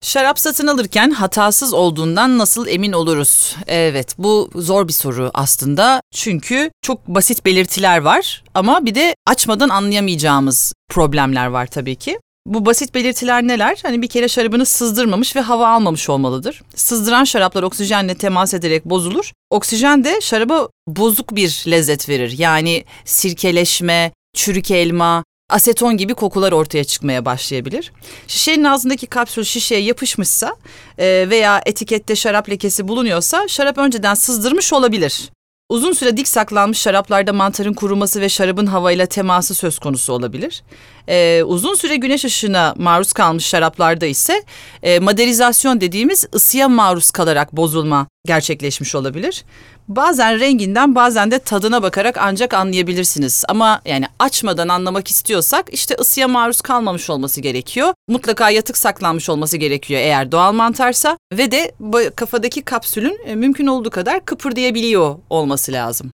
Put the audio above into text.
Şarap satın alırken hatasız olduğundan nasıl emin oluruz? Evet, bu zor bir soru aslında. Çünkü çok basit belirtiler var ama bir de açmadan anlayamayacağımız problemler var tabii ki. Bu basit belirtiler neler? Hani bir kere şarabını sızdırmamış ve hava almamış olmalıdır. Sızdıran şaraplar oksijenle temas ederek bozulur. Oksijen de şaraba bozuk bir lezzet verir. Yani sirkeleşme, çürük elma, aseton gibi kokular ortaya çıkmaya başlayabilir. Şişenin ağzındaki kapsül şişeye yapışmışsa veya etikette şarap lekesi bulunuyorsa şarap önceden sızdırmış olabilir. Uzun süre dik saklanmış şaraplarda mantarın kuruması ve şarabın havayla teması söz konusu olabilir. Uzun süre güneş ışığına maruz kalmış şaraplarda ise maderizasyon dediğimiz ısıya maruz kalarak bozulma gerçekleşmiş olabilir. Bazen renginden bazen de tadına bakarak ancak anlayabilirsiniz. Ama yani açmadan anlamak istiyorsak işte ısıya maruz kalmamış olması gerekiyor. Mutlaka yatık saklanmış olması gerekiyor eğer doğal mantarsa. Ve de kafadaki kapsülün mümkün olduğu kadar kıpırdayabiliyor olması lazım.